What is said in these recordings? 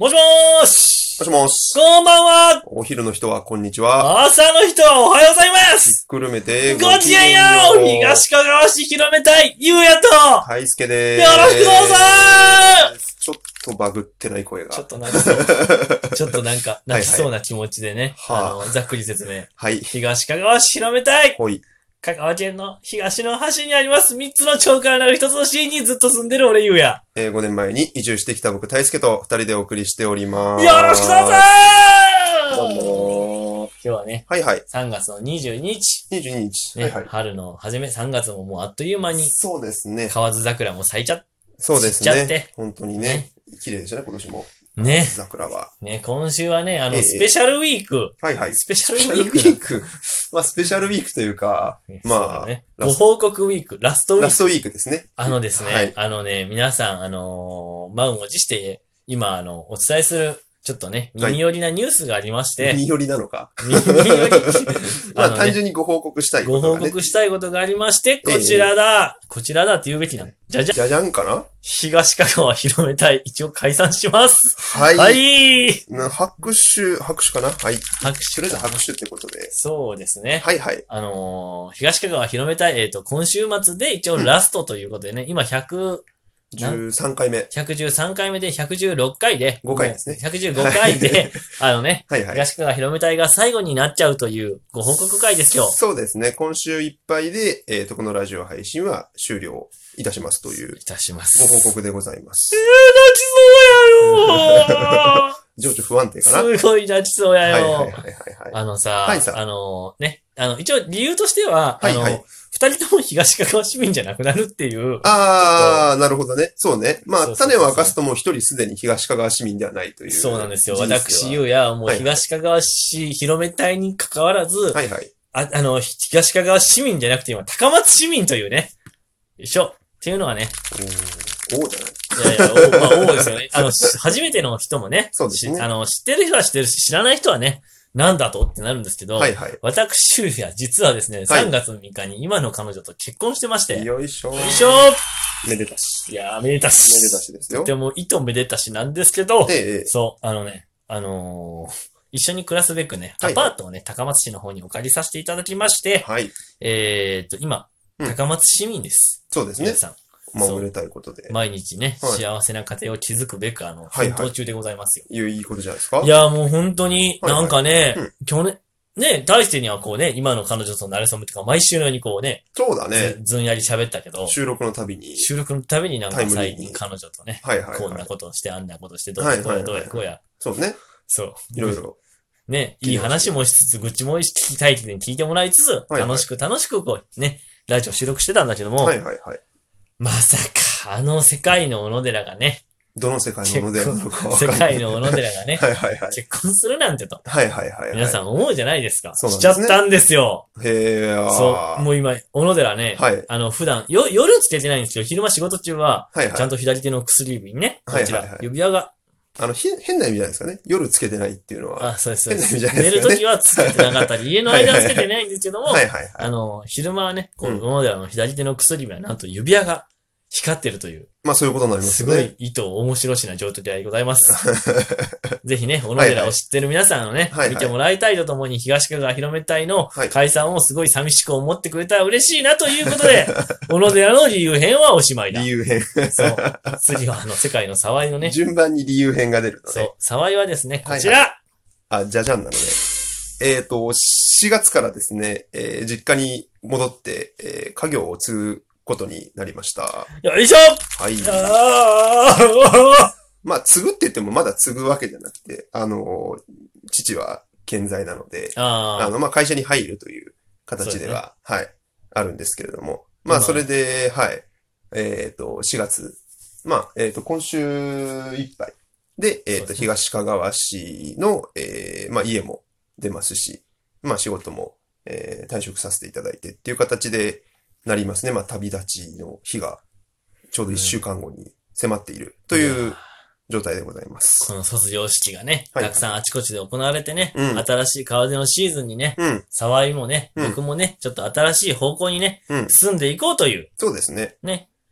もしもーし。 もしもし。 こんばんは。 お昼の人はこんにちは。 朝の人はおはようございます。 くるめてごきげんよう。東かがわ市広めたい、ゆうやと。 はいすけでーよす。 ろしくどうぞちょっとバグってない声が。 ちょっと泣きそうな気持ちでね。ざっくり説明。 はい。 東かがわ市広めたい。 ほい。 香川県の東の端にあります3つの町からなる1つの市にずっと住んでる俺ゆうや。 5年前に移住してきた僕大輔と2人でお送りしております。 よろしくどうぞどうも今日はね、 はいはい。 3月の22日。 22日。 ね、 はいはい。 春の初め、3月ももうあっという間に。 そうですね。 河津桜も咲いちゃって。 そうです散っちゃってね。本当にね。綺麗でしたね、今年も。 ね。 桜は。 ね、今週はね、スペシャルウィーク。 はいはい。 スペシャルウィーク。 まあ、スペシャルウィークというか、まあ、 ね、ご報告ウィーク、ラストウィーク。 ラストウィークですね。 ですね、 はい、 皆さん、満を持して、今、お伝えする、ちょっとね、耳寄りなニュースがありまして。 耳寄りなのか。 耳寄り。 まあ、単純にご報告したいことが、ね。 ご報告したいことがありまして、こちらだ。こちらだって言うべきな。じゃじゃんかな東かがわ広めたい。一応解散します。 はい。 はい。 拍手かなはい。 拍手。 とりあえず拍手ってことで。 そうですね。 はいはい。 東かがわ広めたい。今週末で一応ラストということでね、今 13回目。 113回目で116回で。 5回ですね。 115回で、 はいはい。 東かがわ広めたいが最後になっちゃうというご報告会ですよ。 そうですね。今週いっぱいで、このラジオ配信は終了いたしますという。 いたします。 ご報告でございます。 泣きそうやよ情緒不安定かなすごい泣きそうやよはい。 一応理由としては、二人とも東かがわ市民じゃなくなるっていう。 ああ、なるほどね。そうね。まあ、種を明かすともう一人すでに東かがわ市民ではないという。 そうなんですよ。私、ゆうや、もう東かがわ市広め隊に関わらず、 はいはい。 東かがわ市民じゃなくて今、高松市民というね。よいしょ。っていうのはね。 王じゃないいや、まあ、王ですよね。初めての人もね。 そうですね。 知ってる人は知ってるし、知らない人はね、なんだとってなるんですけど、 はいはい。 私は実はですね、3月3日に今の彼女と結婚してまして。 よいしょ。 よいしょめでたし。 いやー、めでたし。 めでたしですよ。 とてもめでたしなんですけど、そう、一緒に暮らすべくね、アパートをね、高松市の方にお借りさせていただきまして、 はい。 今、高松市民です。 そうですね。 皆さん。 まあ、売れたいことで。 毎日ね、幸せな家庭を築くべく、奮闘中でございますよ。 いいことじゃないですか。 いや、もう本当に、なんかね、去年、ね、大してにはこうね、今の彼女と慣れ初めとか、毎週のようにこうね、 そうだね。 ずんやり喋ったけど、 収録のたびになんか最近彼女とね、こんなことをして、あんなことして、どうや、こうや。 そうね。 そう。 いろいろ。 ね、いい話もしつつ、愚痴も聞きたいって聞いてもらいつつ、楽しくこう、ね、ラジオ収録してたんだけども、まさか、世界の小野寺がね、 どの世界の小野寺なのか世界の小野寺がね、結婚するなんてと。皆さん思うじゃないですか。しちゃったんですよ。そう。もう今、小野寺ね、普段、夜つけてないんですけど、昼間仕事中は、ちゃんと左手の薬指にね、こちら、指輪が、 変な意味じゃないですかね。夜つけてないっていうのは。 あ、そうです。 変な意味じゃないですかね。 寝るときはつけてなかったり、家の間はつけてないんですけども、昼間はね、こう、小野寺の左手の薬指はなんと指輪が光ってるという。 まあそういうことになりますね。 すごい意図面白しな状態でございます。ぜひね、小野寺を知ってる皆さんをね、見てもらいたいとともに、東かがわ広め隊の解散をすごい寂しく思ってくれたら嬉しいなということで、小野寺の理由編はおしまいだ。 理由編。 そう。次は世界の沢井のね。 順番に理由編が出るのね。 そう。沢井はですね、こちら、 じゃじゃんなので。4月からですね、実家に戻って、家業を継ぐことになりました。 よいしょはい。まあ、継ぐって言ってもまだ継ぐわけじゃなくて、父は健在なので、まあ、会社に入るという形では、あるんですけれども。まあ、それで、4月、まあ、今週いっぱいで、東かがわ市の、まあ、家も出ますし、まあ、仕事も、退職させていただいてっていう形で、なりますね。まあ、旅立ちの日が、ちょうど1週間後に迫っているという状態でございます。 この卒業式がね、たくさんあちこちで行われてね、新しい川出のシーズンにね、沢井もね、僕もね、ちょっと新しい方向にね、進んでいこうという。 そうですね。 ね。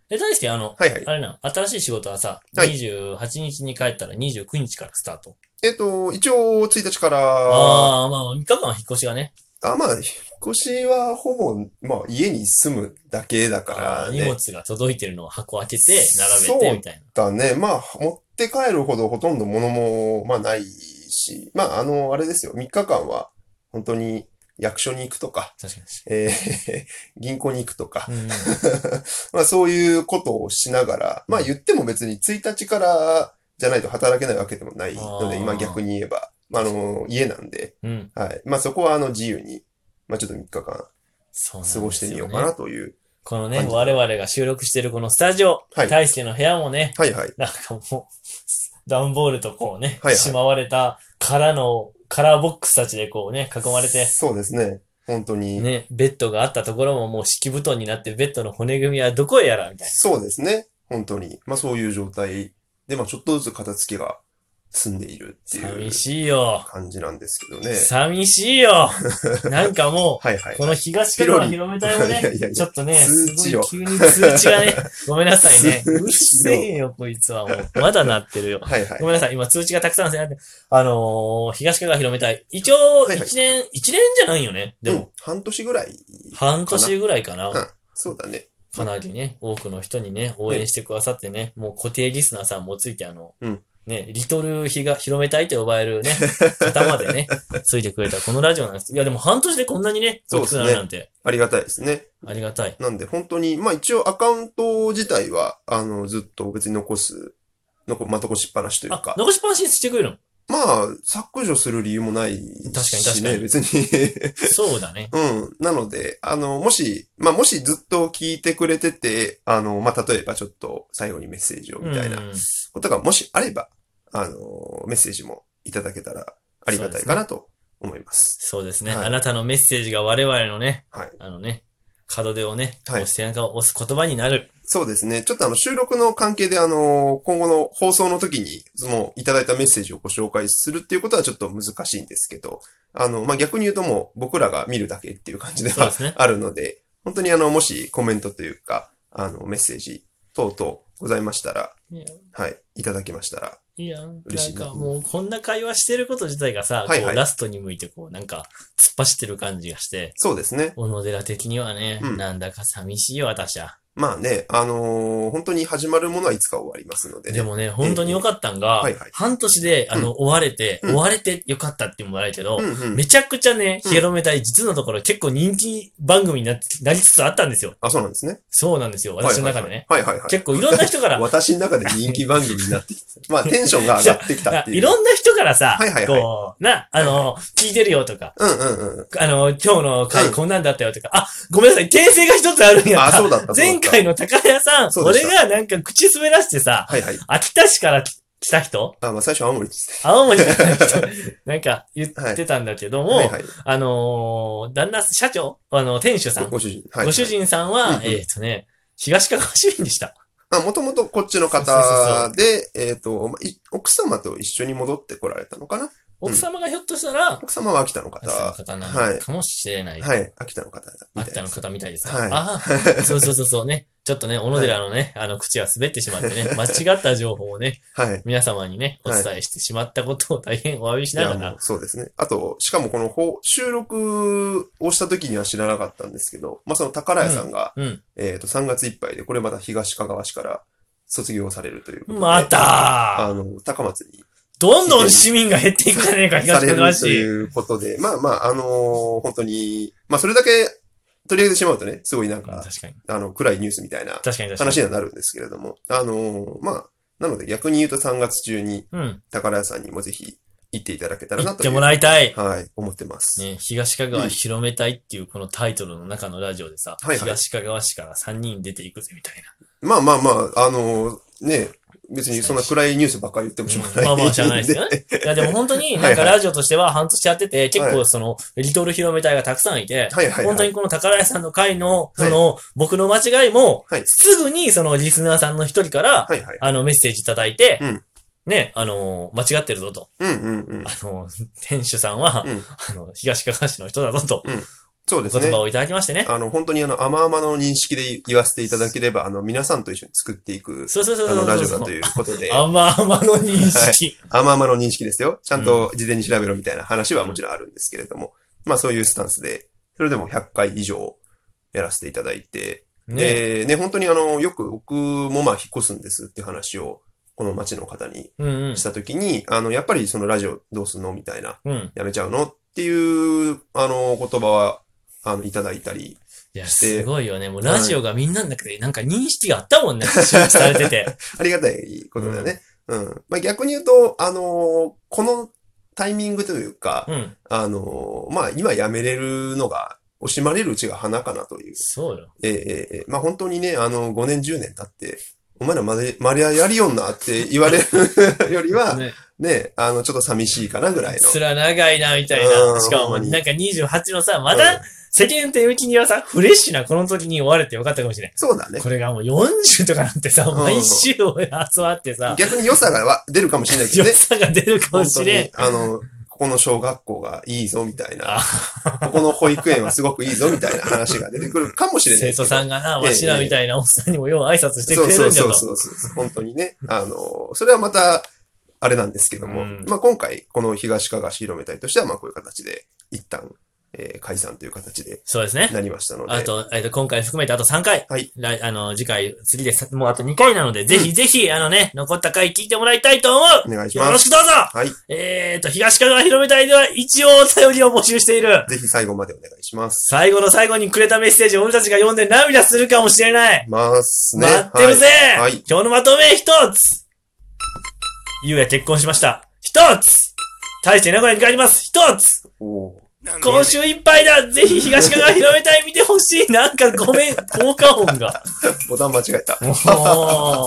大してはいはい。 あれな、新しい仕事はさ、28日に帰ったら29日からスタート。 一応、1日から。 ああ、まあ、3日間は引っ越しがね。 まあ、引っ越しはほぼ、まあ、家に住むだけだからね。 荷物が届いてるのを箱開けて、並べて、みたいな。 そうだね。まあ、持って帰るほどほとんど物も、まあ、ないし。まあ、あれですよ。3日間は、本当に、役所に行くとか。 確かに。 銀行に行くとか。 うん、 まあ、そういうことをしながら、まあ、言っても別に1日からじゃないと働けないわけでもないので、今逆に言えば。家なんで、 うん、 はい。まあそこは自由に、まあちょっと3日間過ごしてみようかなという。 このね、我々が収録しているこのスタジオ、はい、大しての部屋もね、 はいはい。 なんかもう、段ボールとこうね、はいはい、しまわれたカラーボックスたちでこうね、囲まれて。 そうですね。本当に。 ね、ベッドがあったところももう敷布団になってベッドの骨組みはどこへやらみたいな。 そうですね。本当に。まあそういう状態で、まあちょっとずつ片付けが住んでいるっていう。 寂しいよ。 感じなんですけどね。 寂しいよ。なんかもう、はいはいはい、この東から広めたいもね、ちょっとね、すごい急に通知がね、ごめんなさいね。うるせえよ、こいつはもう。まだなってるよ。はいはい、ごめんなさい、今通知がたくさんせんって、東から広めたい。一応、一年じゃないよね。でも、 半年ぐらい。 半年ぐらいかな。 そうだね。 かなりね、多くの人にね、応援してくださってね、もう固定リスナーさんもついてね、リトル広めたいと呼ばれるね、方までね、ついてくれたこのラジオなんです。いや、でも半年でこんなにね、 そうですね。なんて。ありがたいですね。 ありがたい。 なんで、本当に、まあ一応アカウント自体は、ずっと別に残しっぱなしというか。 残しっぱなしにしてくれるの？ まあ、削除する理由もないし、ね。確かに。別にそうだね。 うん。なので、もしずっと聞いてくれてて、まあ、例えばちょっと最後にメッセージをみたいなことがもしあれば、メッセージもいただけたらありがたいかなと思います。 そうですね。はい、あなたのメッセージが我々のね、はい、門出をね、背中を押す言葉になる。 そうですね。ちょっと収録の関係で今後の放送の時に、もういただいたメッセージをご紹介するっていうことはちょっと難しいんですけど、まあ、逆に言うともう僕らが見るだけっていう感じではあるので、本当にもしコメントというか、メッセージ等々ございましたら、はい、いただけましたら。 いや、嬉しい。なんかもうこんな会話してること自体がさ、こうラストに向いてこうなんか突っ走ってる感じがして。 そうですね。 小野寺的にはね、なんだか寂しいよ、私は。 まあね、本当に始まるものはいつか終わりますのでね。 でもね、本当に良かったんが、半年で、終われて良かったって言もらえるけど、めちゃくちゃね、広めたい実のところ結構人気番組になりつつあったんですよ。 あ、そうなんですね。 そうなんですよ、私の中でね。 はいはいはい。 結構いろんな人から。 私の中で人気番組になってきた。まあテンションが上がってきたっていう。 いろんな人からさ、こう、聞いてるよとか、今日の回こんなんだったよとか、あ、ごめんなさい、訂正が一つあるんやった。 あ、そうだった。 前回の高屋さん、俺がなんか口滑らしてさ、秋田市から来た人？ まあ最初青森ですね。 青森から来た人、なんか言ってたんだけども、旦那、社長店主さん。 ご主人。 ご主人さんは、東かがわ市民でした。 もともとこっちの方で、奥様と一緒に戻ってこられたのかな？ 奥様がひょっとしたら、 奥様は秋田の方。 秋田の方なのかもしれない。 はい。秋田の方。 秋田の方みたいですか。はい。そうね。ちょっとね、小野寺のね、口は滑ってしまってね、間違った情報をね、皆様にね、お伝えしてしまったことを大変お詫びしながら。 そうですね。あと、しかもこの収録をした時には知らなかったんですけど、まあ、その宝屋さんが、3月いっぱいで、これまた東かがわ市から卒業されるということで。 また高松に。 どんどん市民が減っていくじゃねえか、東かがわ市。 ということで、まあ、本当に、まあ、それだけ取り上げてしまうとね、すごいなんか、暗いニュースみたいな話にはなるんですけれども、まあ、なので逆に言うと3月中に、宝屋さんにもぜひ行っていただけたらなと。 行ってもらいたい。 はい、思ってます。 ね、東かがわ広めたいっていうこのタイトルの中のラジオでさ、東かがわ市から3人出ていくぜみたいな。まあ、ね、別にそんな暗いニュースばっかり言ってもしょうがない。 まあ知らないですよね。いやでも本当になんかラジオとしては半年やってて、結構リトル広め隊がたくさんいて、本当にこの宝屋さんの回の、僕の間違いも、すぐにリスナーさんの一人から、メッセージいただいて、ね、間違ってるぞと。店主さんは、東かがわ市の人だぞと。 そうですね。 言葉をいただきましてね。 本当に甘々の認識で言わせていただければ、皆さんと一緒に作っていく、 そうラジオだということで。 甘々の認識。 はい。甘々の認識ですよ。ちゃんと事前に調べろみたいな話はもちろんあるんですけれども。まあそういうスタンスで、それでも100回以上やらせていただいて、で、ね、本当によく僕もまあ引っ越すんですっていう話を、この町の方にしたときに、やっぱりそのラジオどうすんのみたいな、やめちゃうのっていう、言葉は、いただいたりして。 いや、すごいよね。もうラジオがみんなの中でなんか認識があったもんね。周知されてて。 ありがたいことだよね。まあ、逆に言うと、このタイミングというか、まあ、今やめれるのが、惜しまれるうちが花かなという。 そうよ。 まあ、本当にね、5年、10年経って、お前らまでやりよんなって言われるよりは、ね、ちょっと寂しいかなぐらいの。 つら長いな、みたいな。しかも、なんか28のさ、まだ、世間ってうちにはさ、フレッシュなこの時に終われてよかったかもしれない。 そうだね。 これがもう40とかなんてさ、毎週集まってさ。 逆に良さが出るかもしれないけどね。 良さが出るかもしれん。 ここの小学校がいいぞみたいな。ここの保育園はすごくいいぞみたいな話が出てくるかもしれない。 生徒さんがな、わしらみたいなおっさんにもよう挨拶してくれるんだと。 そう。本当にね。それはまた、あれなんですけども。まあ今回、この東かがし広め隊としては、まあこういう形で、一旦、解散という形で。 そうですね。 なりましたので。 あと、今回含めてあと3回。 はい。 次回、次で、もうあと2回なので、ぜひぜひ、残った回聞いてもらいたいと思う。 お願いします。 よろしくどうぞ。 はい。 東かが広め隊では一応お便りを募集している。 ぜひ最後までお願いします。 最後の最後にくれたメッセージを俺たちが読んで涙するかもしれない。 ますね。 待ってるぜ。 はい。 今日のまとめ一つ。ゆうや結婚しました。一つ。大して名古屋に帰ります。一つ。今週いっぱいだ。ぜひ東かが広め隊見てほしい。なんかごめん、効果音が。 ボタン間違えた。